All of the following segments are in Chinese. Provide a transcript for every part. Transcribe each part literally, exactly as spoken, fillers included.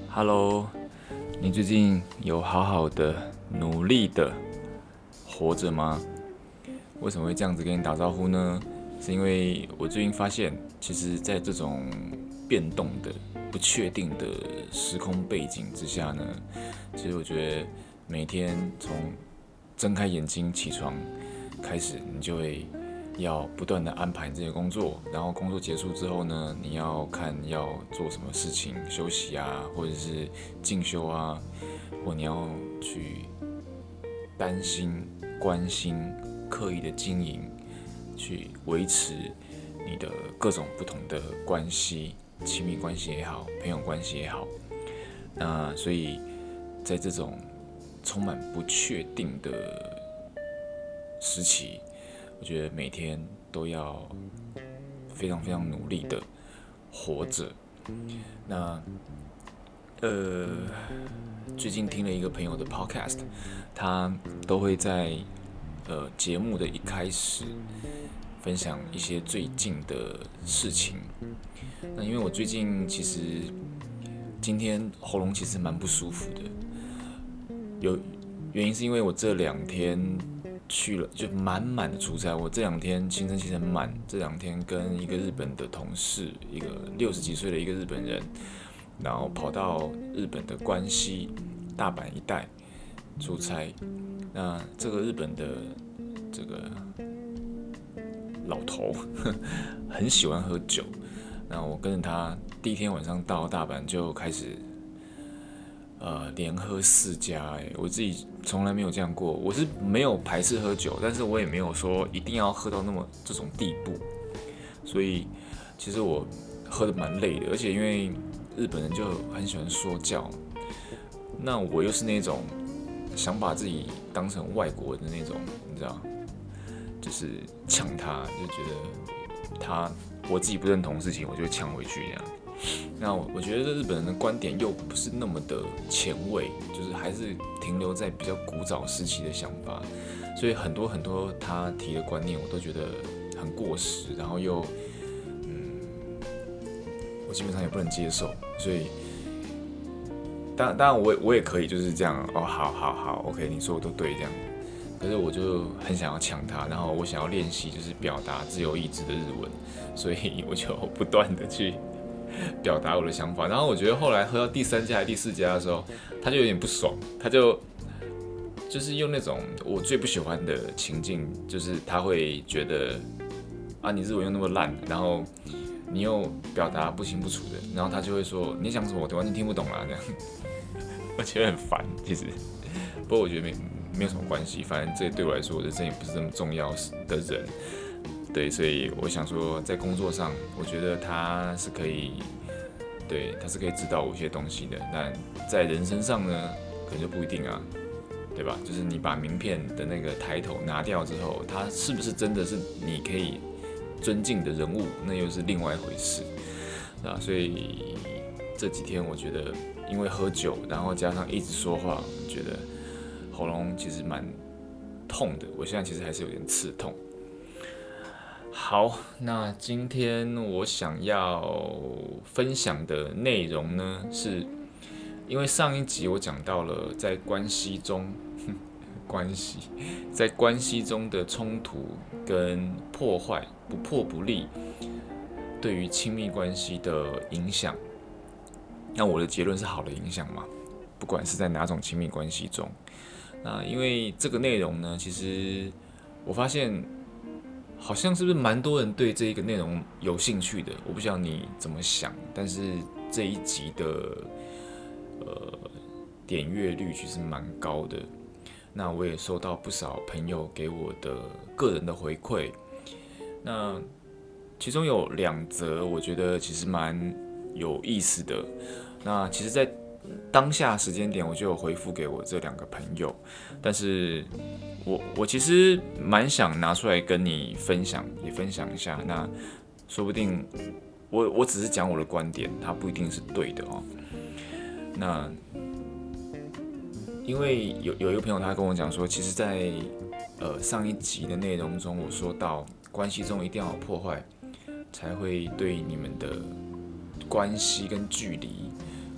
Hello，你最近有好好的努力的活着吗？为什么会这样子跟你打招呼呢？是因为我最近发现，其实，在这种变动的、不确定的时空背景之下呢，其实我觉得每天从睁开眼睛起床开始，你就会要不断的安排这些工作，然后工作结束之后呢，你要看要做什么事情，休息啊，或者是进修啊，或你要去担心、关心、刻意的经营，去维持你的各种不同的关系，亲密关系也好，朋友关系也好。那所以在这种充满不确定的时期，我觉得每天都要非常非常努力的活着。那呃，最近听了一个朋友的 podcast，他都会在呃节目的一开始分享一些最近的事情。那因为我最近其实今天喉咙其实蛮不舒服的，有原因是因为我这两天去了就满满的出差，我这两天行程其实很满，这两天跟一个日本的同事，一个六十几岁的一个日本人，然后跑到日本的关西、大阪一带出差。那这个日本的这个老头很喜欢喝酒，那我跟着他第一天晚上到大阪就开始呃，连喝四家，哎，我自己从来没有这样过。我是没有排斥喝酒，但是我也没有说一定要喝到那么这种地步。所以其实我喝得蛮累的，而且因为日本人就很喜欢说教，那我又是那种想把自己当成外国人的那种，你知道，就是呛他，就觉得他我自己不认同的事情，我就会呛回去这样。那我我觉得日本人的观点又不是那么的前卫，就是还是停留在比较古早时期的想法，所以很多很多他提的观念我都觉得很过时，然后又嗯，我基本上也不能接受，所以当当然我我也可以就是这样哦，好好好 ，OK， 你说的都对这样，可是我就很想要抢他，然后我想要练习就是表达自由意志的日文，所以我就不断的去表达我的想法。然后我觉得后来喝到第三家还是第四家的时候，他就有点不爽，他就就是用那种我最不喜欢的情境，就是他会觉得啊你日文又那么烂，然后你又表达不清不楚的，然后他就会说你讲什么我完全听不懂啦这样，我觉得很烦其实，不过我觉得没没有什么关系，反正这对我来说我人生也不是这么重要的人。对，所以我想说，在工作上，我觉得他是可以，对，他是可以指导我一些东西的。但在人生上呢，可能就不一定啊，对吧？就是你把名片的那个抬头拿掉之后，他是不是真的是你可以尊敬的人物，那又是另外一回事啊。所以这几天我觉得，因为喝酒，然后加上一直说话，我觉得喉咙其实蛮痛的。我现在其实还是有点刺痛。好，那今天我想要分享的内容呢，是因为上一集我讲到了在关系中，关系在关系中的冲突跟破坏，不破不立，对于亲密关系的影响。那我的结论是好的影响嘛，不管是在哪种亲密关系中。那因为这个内容呢，其实我发现。好像是不是蛮多人对这一个内容有兴趣的？我不知道你怎么想，但是这一集的呃点阅率其实蛮高的。那我也收到不少朋友给我的个人的回馈，那其中有两则我觉得其实蛮有意思的。那其实，在当下时间点，我就有回复给我这两个朋友，但是我我其实蛮想拿出来跟你分享，也分享一下。那说不定我我只是讲我的观点，它不一定是对的哦。那因为有有一个朋友他跟我讲说，其实在，呃上一集的内容中，我说到关系中一定要有破坏，才会对你们的关系跟距离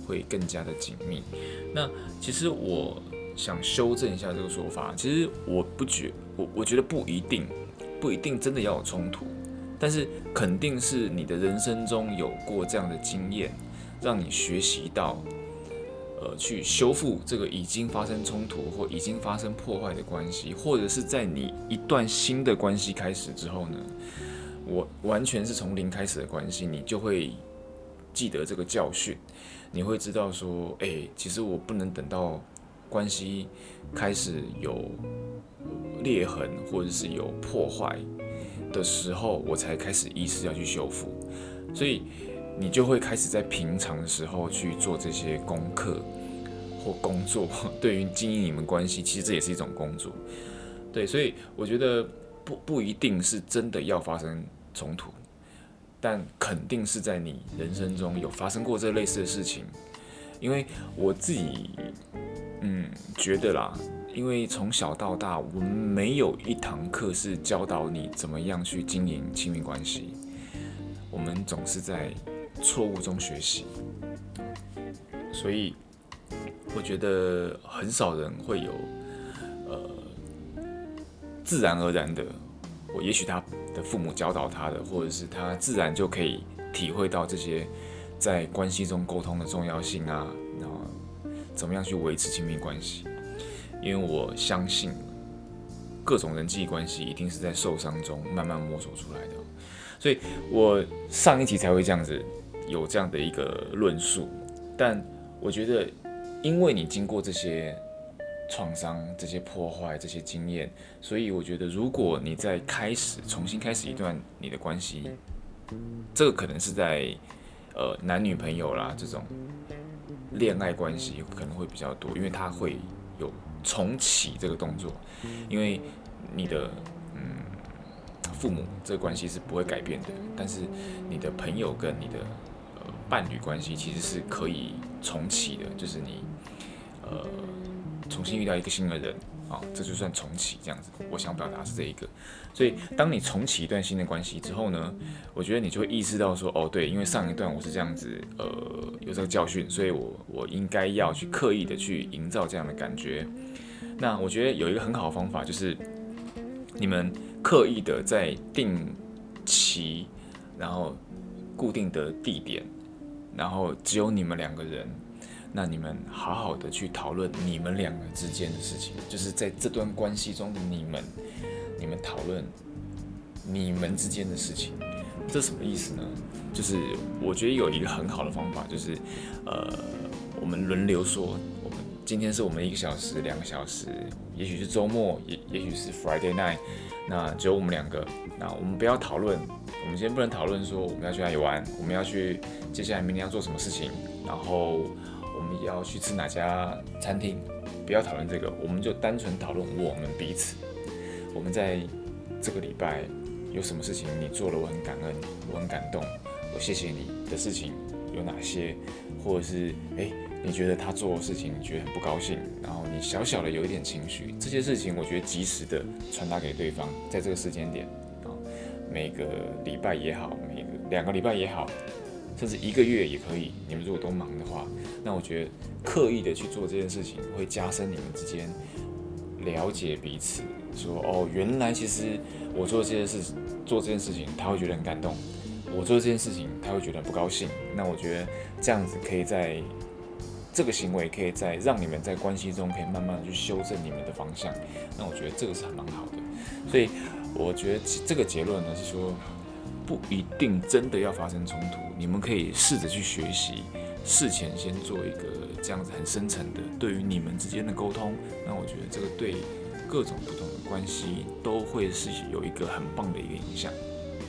会更加的紧密。那其实我想修正一下这个说法，其实我不觉我我觉得不一定不一定真的要有冲突，但是肯定是你的人生中有过这样的经验，让你学习到。呃，去修复这个已经发生冲突或已经发生破坏的关系，或者是在你一段新的关系开始之后呢，我完全是从零开始的关系，你就会记得这个教训，你会知道说，哎、欸，其实我不能等到关系开始有裂痕或者是有破坏的时候，我才开始意识要去修复，所以。你就会开始在平常的时候去做这些功课或工作，对于经营你们关系，其实这也是一种工作。对，所以我觉得不不一定是真的要发生冲突，但肯定是在你人生中有发生过这类似的事情。因为我自己，嗯，觉得啦，因为从小到大，我们没有一堂课是教导你怎么样去经营亲密关系，我们总是在错误中学习，所以我觉得很少人会有呃自然而然的，或也许他的父母教导他的，或者是他自然就可以体会到这些在关系中沟通的重要性啊，然后怎么样去维持亲密关系。因为我相信各种人际关系一定是在受伤中慢慢摸索出来的，所以我上一集才会这样子。有这样的一个论述，但我觉得，因为你经过这些创伤、这些破坏、这些经验，所以我觉得，如果你在开始重新开始一段你的关系，这个可能是在呃男女朋友啦这种恋爱关系可能会比较多，因为它会有重启这个动作，因为你的嗯父母这个关系是不会改变的，但是你的朋友跟你的伴侣关系其实是可以重启的，就是你呃重新遇到一个新的人啊、哦，这就算重启这样子。我想表达是这一个，所以当你重启一段新的关系之后呢，我觉得你就会意识到说，哦，对，因为上一段我是这样子，呃，有这个教训，所以我我应该要去刻意的去营造这样的感觉。那我觉得有一个很好的方法，就是你们刻意的在定期，然后固定的地点。然后只有你们两个人，那你们好好的去讨论你们两个之间的事情，就是在这段关系中的你们，你们讨论你们之间的事情。这什么意思呢？就是我觉得有一个很好的方法，就是呃，我们轮流说，我们今天是我们一个小时、两个小时，也许是周末，也也许是 Friday night， 那只有我们两个，那我们不要讨论。我们今天不能讨论说我们要去哪里玩，我们要去接下来明天要做什么事情，然后我们要去吃哪家餐厅，不要讨论这个，我们就单纯讨论我们彼此。我们在这个礼拜有什么事情你做了，我很感恩，我很感动，我谢谢你的事情有哪些，或者是哎你觉得他做的事情你觉得很不高兴，然后你小小的有一点情绪，这些事情我觉得及时的传达给对方，在这个时间点。每个礼拜也好，每个两个礼拜也好，甚至一个月也可以。你们如果都忙的话，那我觉得刻意的去做这件事情，会加深你们之间了解彼此。说哦，原来其实我做这件事，做这件事情，他会觉得很感动；我做这件事情，他会觉得很不高兴。那我觉得这样子可以在这个行为，可以在让你们在关系中可以慢慢的去修正你们的方向。那我觉得这个是很蛮好的，所以。我觉得这个结论呢是说，不一定真的要发生冲突，你们可以试着去学习，事前先做一个这样子很深层的对于你们之间的沟通。那我觉得这个对各种不同的关系都会是有一个很棒的一个影响。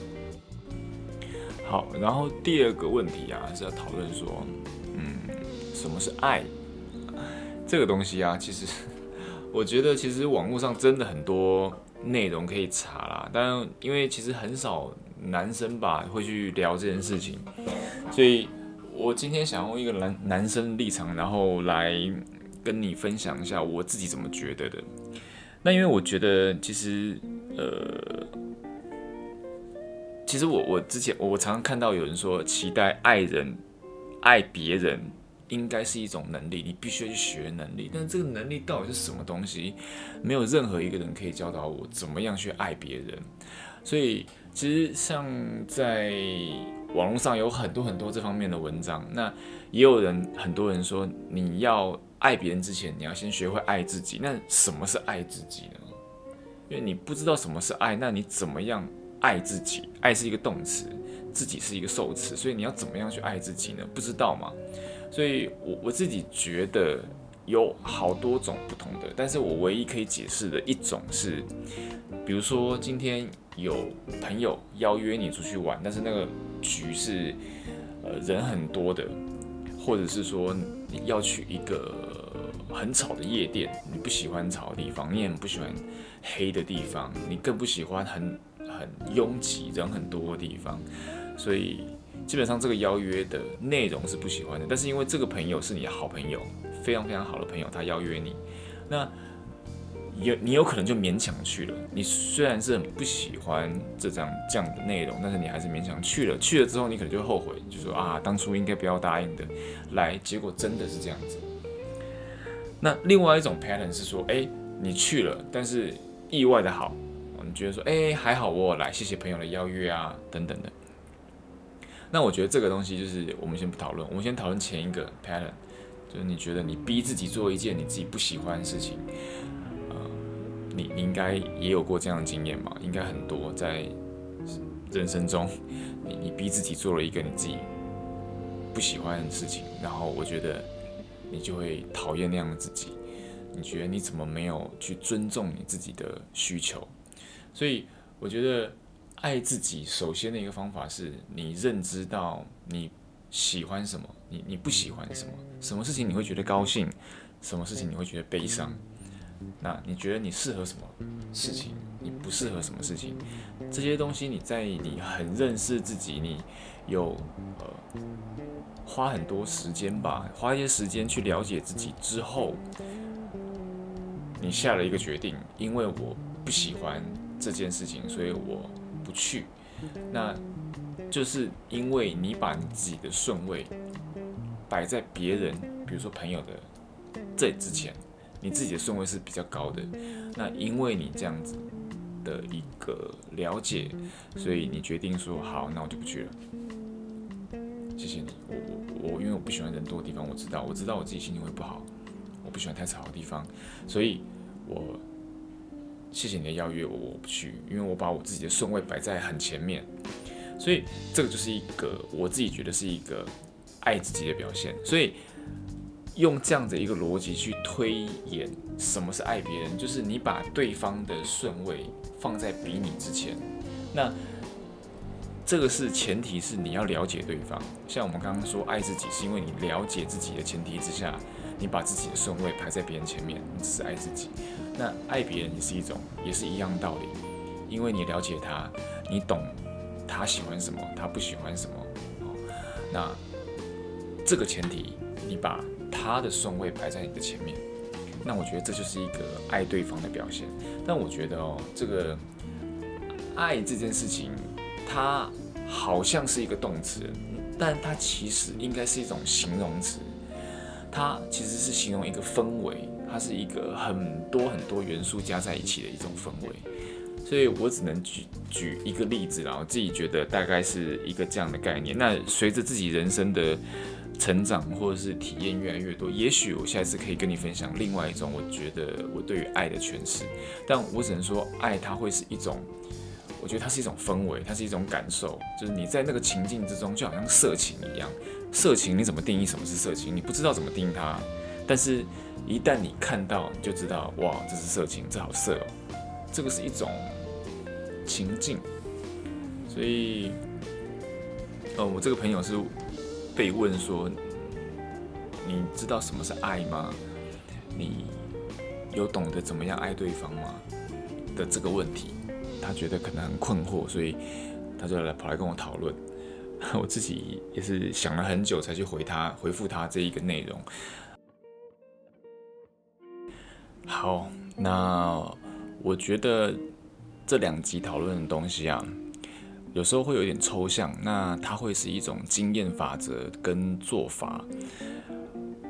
好，然后第二个问题啊是要讨论说，嗯，什么是爱？这个东西啊，其实我觉得其实网络上真的很多。内容可以查啦，但因为其实很少男生吧会去聊这件事情，所以我今天想用一个男男生立场，然后来跟你分享一下我自己怎么觉得的。那因为我觉得其实呃，其实我我之前我常常看到有人说期待爱人爱别人应该是一种能力，你必须要去学的能力。但是这个能力到底是什么东西？没有任何一个人可以教导我怎么样去爱别人。所以其实像在网络上有很多很多这方面的文章，那也有人很多人说，你要爱别人之前，你要先学会爱自己。那什么是爱自己呢？因为你不知道什么是爱，那你怎么样爱自己？爱是一个动词，自己是一个受词，所以你要怎么样去爱自己呢？不知道嘛？所以我我自己觉得有好多种不同的，但是我唯一可以解释的一种是，比如说今天有朋友邀约你出去玩，但是那个局是呃人很多的，或者是说你要去一个很吵的夜店，你不喜欢吵的地方，你也很不喜欢黑的地方，你更不喜欢很很拥挤人很多的地方，所以基本上这个邀约的内容是不喜欢的。但是因为这个朋友是你的好朋友，非常非常好的朋友，他邀约你，那有你有可能就勉强去了。你虽然是很不喜欢这样这样的内容，但是你还是勉强去了。去了之后，你可能就会后悔，就说啊，当初应该不要答应的，来，结果真的是这样子。那另外一种 pattern 是说，哎，你去了，但是意外的好，你觉得说，哎，还好我有来，谢谢朋友的邀约啊，等等的。那我觉得这个东西就是我们先不讨论，我们先讨论前一个 pattern， 就是你觉得你逼自己做一件你自己不喜欢的事情，呃，你你应该也有过这样的经验嘛？应该很多，在人生中，你你逼自己做了一个你自己不喜欢的事情，然后我觉得你就会讨厌那样的自己，你觉得你怎么没有去尊重你自己的需求？所以我觉得爱自己首先的一个方法是你认知到你喜欢什么，你你不喜欢什么，什么事情你会觉得高兴，什么事情你会觉得悲伤，那你觉得你适合什么事情，你不适合什么事情，这些东西你在你很认识自己，你有呃花很多时间吧，花一些时间去了解自己之后，你下了一个决定，因为我不喜欢这件事情，所以我不去。那就是因为你把你自己的顺位摆在别人，比如说朋友的这之前，你自己的顺位是比较高的。那因为你这样子的一个了解，所以你决定说好，那我就不去了。谢谢你，我我我，因为我不喜欢人多的地方，我知道，我知道我自己心情会不好，我不喜欢太吵的地方，所以我谢谢你的邀约，我我不去，因为我把我自己的顺位摆在很前面，所以这个就是一个我自己觉得是一个爱自己的表现。所以用这样的一个逻辑去推演什么是爱别人，就是你把对方的顺位放在比你之前，那这个是前提是你要了解对方。像我们刚刚说爱自己，是因为你了解自己的前提之下，你把自己的顺位排在别人前面，你只是爱自己。那爱别人也是一种，也是一样的道理，因为你了解他，你懂他喜欢什么，他不喜欢什么。那这个前提，你把他的顺位排在你的前面，那我觉得这就是一个爱对方的表现。但我觉得哦，这个爱这件事情，它好像是一个动词，但它其实应该是一种形容词。它其实是形容一个氛围，它是一个很多很多元素加在一起的一种氛围。所以我只能 举, 举一个例子啦，我自己觉得大概是一个这样的概念。那随着自己人生的成长或者是体验越来越多，也许我下一次可以跟你分享另外一种我觉得我对于爱的诠释。但我只能说，爱它会是一种，我觉得它是一种氛围，它是一种感受，就是你在那个情境之中，就好像色情一样。色情你怎么定义什么是色情？你不知道怎么定义它，但是一旦你看到，你就知道，哇，这是色情，这好色哦。这个是一种情境，所以，呃，我这个朋友是被问说，你知道什么是爱吗？你有懂得怎么样爱对方吗？的这个问题，他觉得可能很困惑，所以他就来跑来跟我讨论。我自己也是想了很久才去回他回复他这一个内容。好，那我觉得这两集讨论的东西啊，有时候会有点抽象，那它会是一种经验法则跟做法。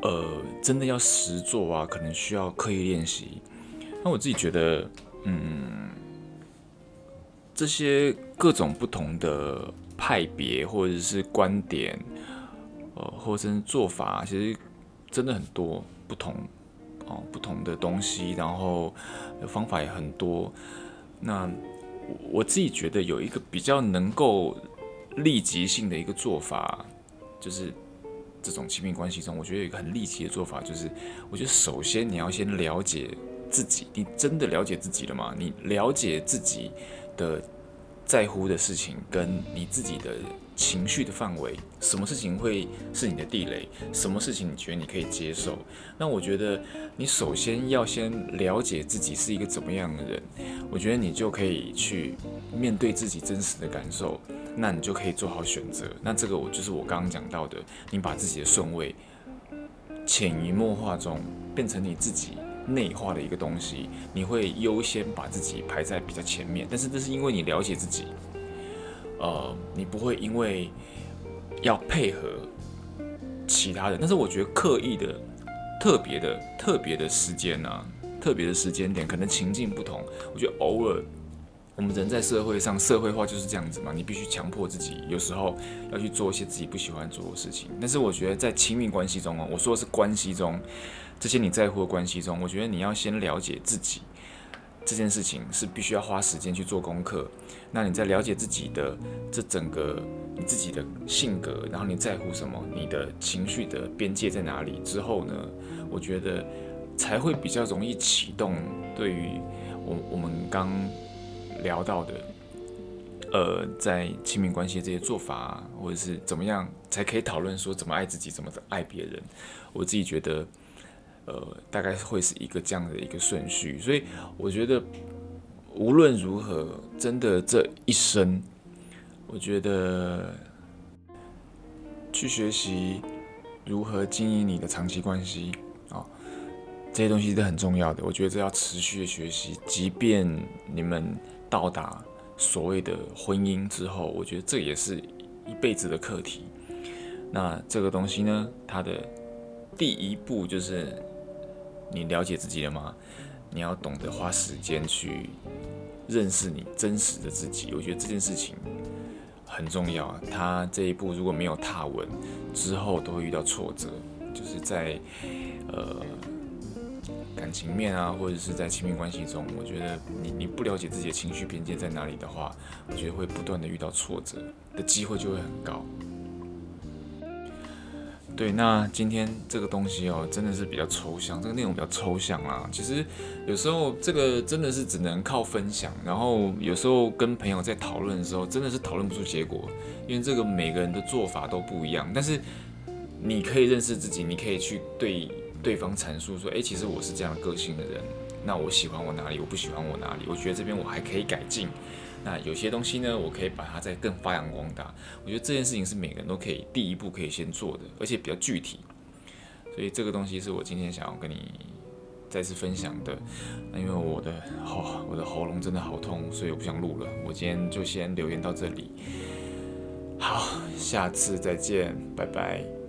呃，真的要实做啊，可能需要刻意练习。那我自己觉得，嗯，这些各种不同的派别或者是观点，呃，或者是做法，其实真的很多不同哦，不同的东西，然后方法也很多。那我自己觉得有一个比较能够立即性的一个做法，就是这种亲密关系中，我觉得有一个很立即的做法，就是我觉得首先你要先了解自己，你真的了解自己了吗？你了解自己的在乎的事情，跟你自己的情绪的范围，什么事情会是你的地雷，什么事情你觉得你可以接受？那我觉得你首先要先了解自己是一个怎么样的人，我觉得你就可以去面对自己真实的感受，那你就可以做好选择。那这个我就是我刚刚讲到的，你把自己的顺位潜移默化中变成你自己内化的一个东西，你会优先把自己排在比较前面，但是这是因为你了解自己，呃，你不会因为要配合其他人，但是我觉得刻意的、特别的、特别的时间啊，特别的时间点，可能情境不同，我觉得偶尔我们人在社会上，社会化就是这样子嘛，你必须强迫自己，有时候要去做一些自己不喜欢做的事情。但是我觉得在亲密关系中哦，我说的是关系中，这些你在乎的关系中，我觉得你要先了解自己。这件事情是必须要花时间去做功课。那你在了解自己的这整个你自己的性格，然后你在乎什么，你的情绪的边界在哪里之后呢，我觉得才会比较容易启动对于我我们刚聊到的，呃，在亲密关系这些做法啊，或者是怎么样才可以讨论说怎么爱自己，怎么爱别人。我自己觉得。呃，大概会是一个这样的一个顺序，所以我觉得无论如何，真的这一生，我觉得去学习如何经营你的长期关系啊、哦，这些东西是很重要的。我觉得这要持续的学习，即便你们到达所谓的婚姻之后，我觉得这也是一辈子的课题。那这个东西呢，它的第一步就是。你了解自己了吗？你要懂得花时间去认识你真实的自己。我觉得这件事情很重要。他这一步如果没有踏稳，之后都会遇到挫折，就是在呃感情面啊，或者是在亲密关系中，我觉得你你不了解自己的情绪边界在哪里的话，我觉得会不断的遇到挫折的机会就会很高。对，那今天这个东西哦，真的是比较抽象，这个内容比较抽象啦。其实有时候这个真的是只能靠分享，然后有时候跟朋友在讨论的时候，真的是讨论不出结果，因为这个每个人的做法都不一样。但是你可以认识自己，你可以去对对方阐述说，哎，其实我是这样个性的人，那我喜欢我哪里，我不喜欢我哪里，我觉得这边我还可以改进。那有些东西呢，我可以把它再更发扬光大。我觉得这件事情是每个人都可以第一步可以先做的，而且比较具体。所以这个东西是我今天想要跟你再次分享的。那因为我的哦，我的喉咙真的好痛，所以我不想录了。我今天就先留言到这里。好，下次再见，拜拜。